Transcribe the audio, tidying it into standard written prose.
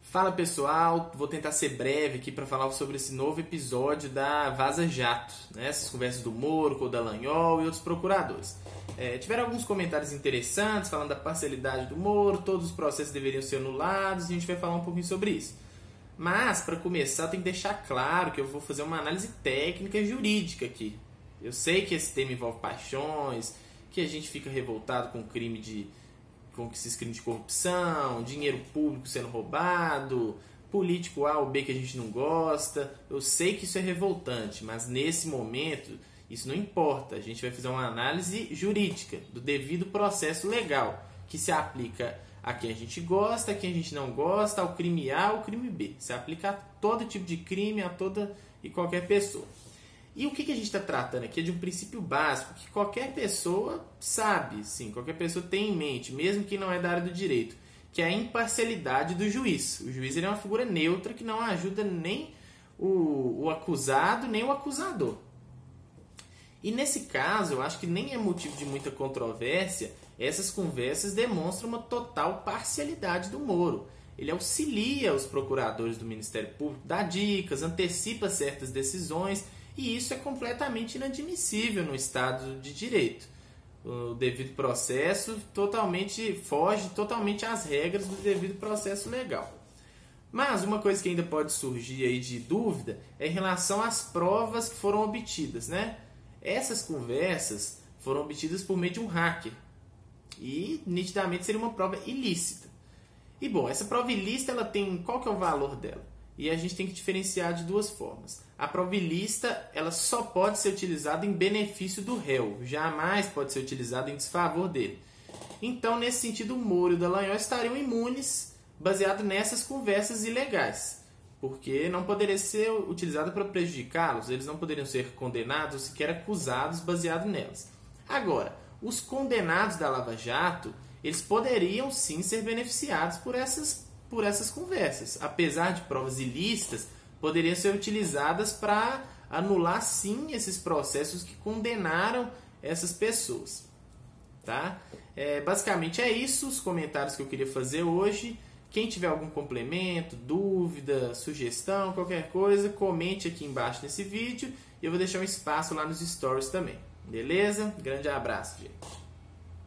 Fala pessoal, vou tentar ser breve aqui para falar sobre esse novo episódio da Vaza Jato, né? Essas conversas do Moro, com o Dallagnol e outros procuradores. Tiveram alguns comentários interessantes falando da parcialidade do Moro, todos os processos deveriam ser anulados e a gente vai falar um pouquinho sobre isso. Mas, para começar, tem que deixar claro que eu vou fazer uma análise técnica e jurídica aqui. Eu sei que esse tema envolve paixões, que a gente fica revoltado com esses crimes de corrupção, dinheiro público sendo roubado, político A ou B que a gente não gosta. Eu sei que isso é revoltante, mas nesse momento isso não importa. A gente vai fazer uma análise jurídica do devido processo legal, que se aplica a quem a gente gosta, a quem a gente não gosta, ao crime A ou ao crime B. Se aplica a todo tipo de crime, a toda e qualquer pessoa. E o que a gente está tratando aqui é de um princípio básico que qualquer pessoa sabe, sim, qualquer pessoa tem em mente, mesmo que não é da área do direito, que é a imparcialidade do juiz. O juiz ele é uma figura neutra que não ajuda nem o acusado, nem o acusador. E nesse caso, eu acho que nem é motivo de muita controvérsia, essas conversas demonstram uma total parcialidade do Moro. Ele auxilia os procuradores do Ministério Público, dá dicas, antecipa certas decisões. E isso é completamente inadmissível no Estado de Direito. O devido processo foge totalmente às regras do devido processo legal. Mas uma coisa que ainda pode surgir aí de dúvida é em relação às provas que foram obtidas, né? Essas conversas foram obtidas por meio de um hacker. E nitidamente seria uma prova ilícita. E bom, essa prova ilícita, qual que é o valor dela? E a gente tem que diferenciar de duas formas. A prova ilícita, ela só pode ser utilizada em benefício do réu, jamais pode ser utilizada em desfavor dele. Então, nesse sentido, o Moro e o Dallagnol estariam imunes baseado nessas conversas ilegais, porque não poderia ser utilizada para prejudicá-los, eles não poderiam ser condenados ou sequer acusados baseado nelas. Agora, os condenados da Lava Jato, eles poderiam sim ser beneficiados por essas conversas. Apesar de provas ilícitas, poderiam ser utilizadas para anular sim esses processos que condenaram essas pessoas. Tá? Basicamente é isso, os comentários que eu queria fazer hoje. Quem tiver algum complemento, dúvida, sugestão, qualquer coisa, comente aqui embaixo nesse vídeo e eu vou deixar um espaço lá nos stories também. Beleza? Grande abraço, gente.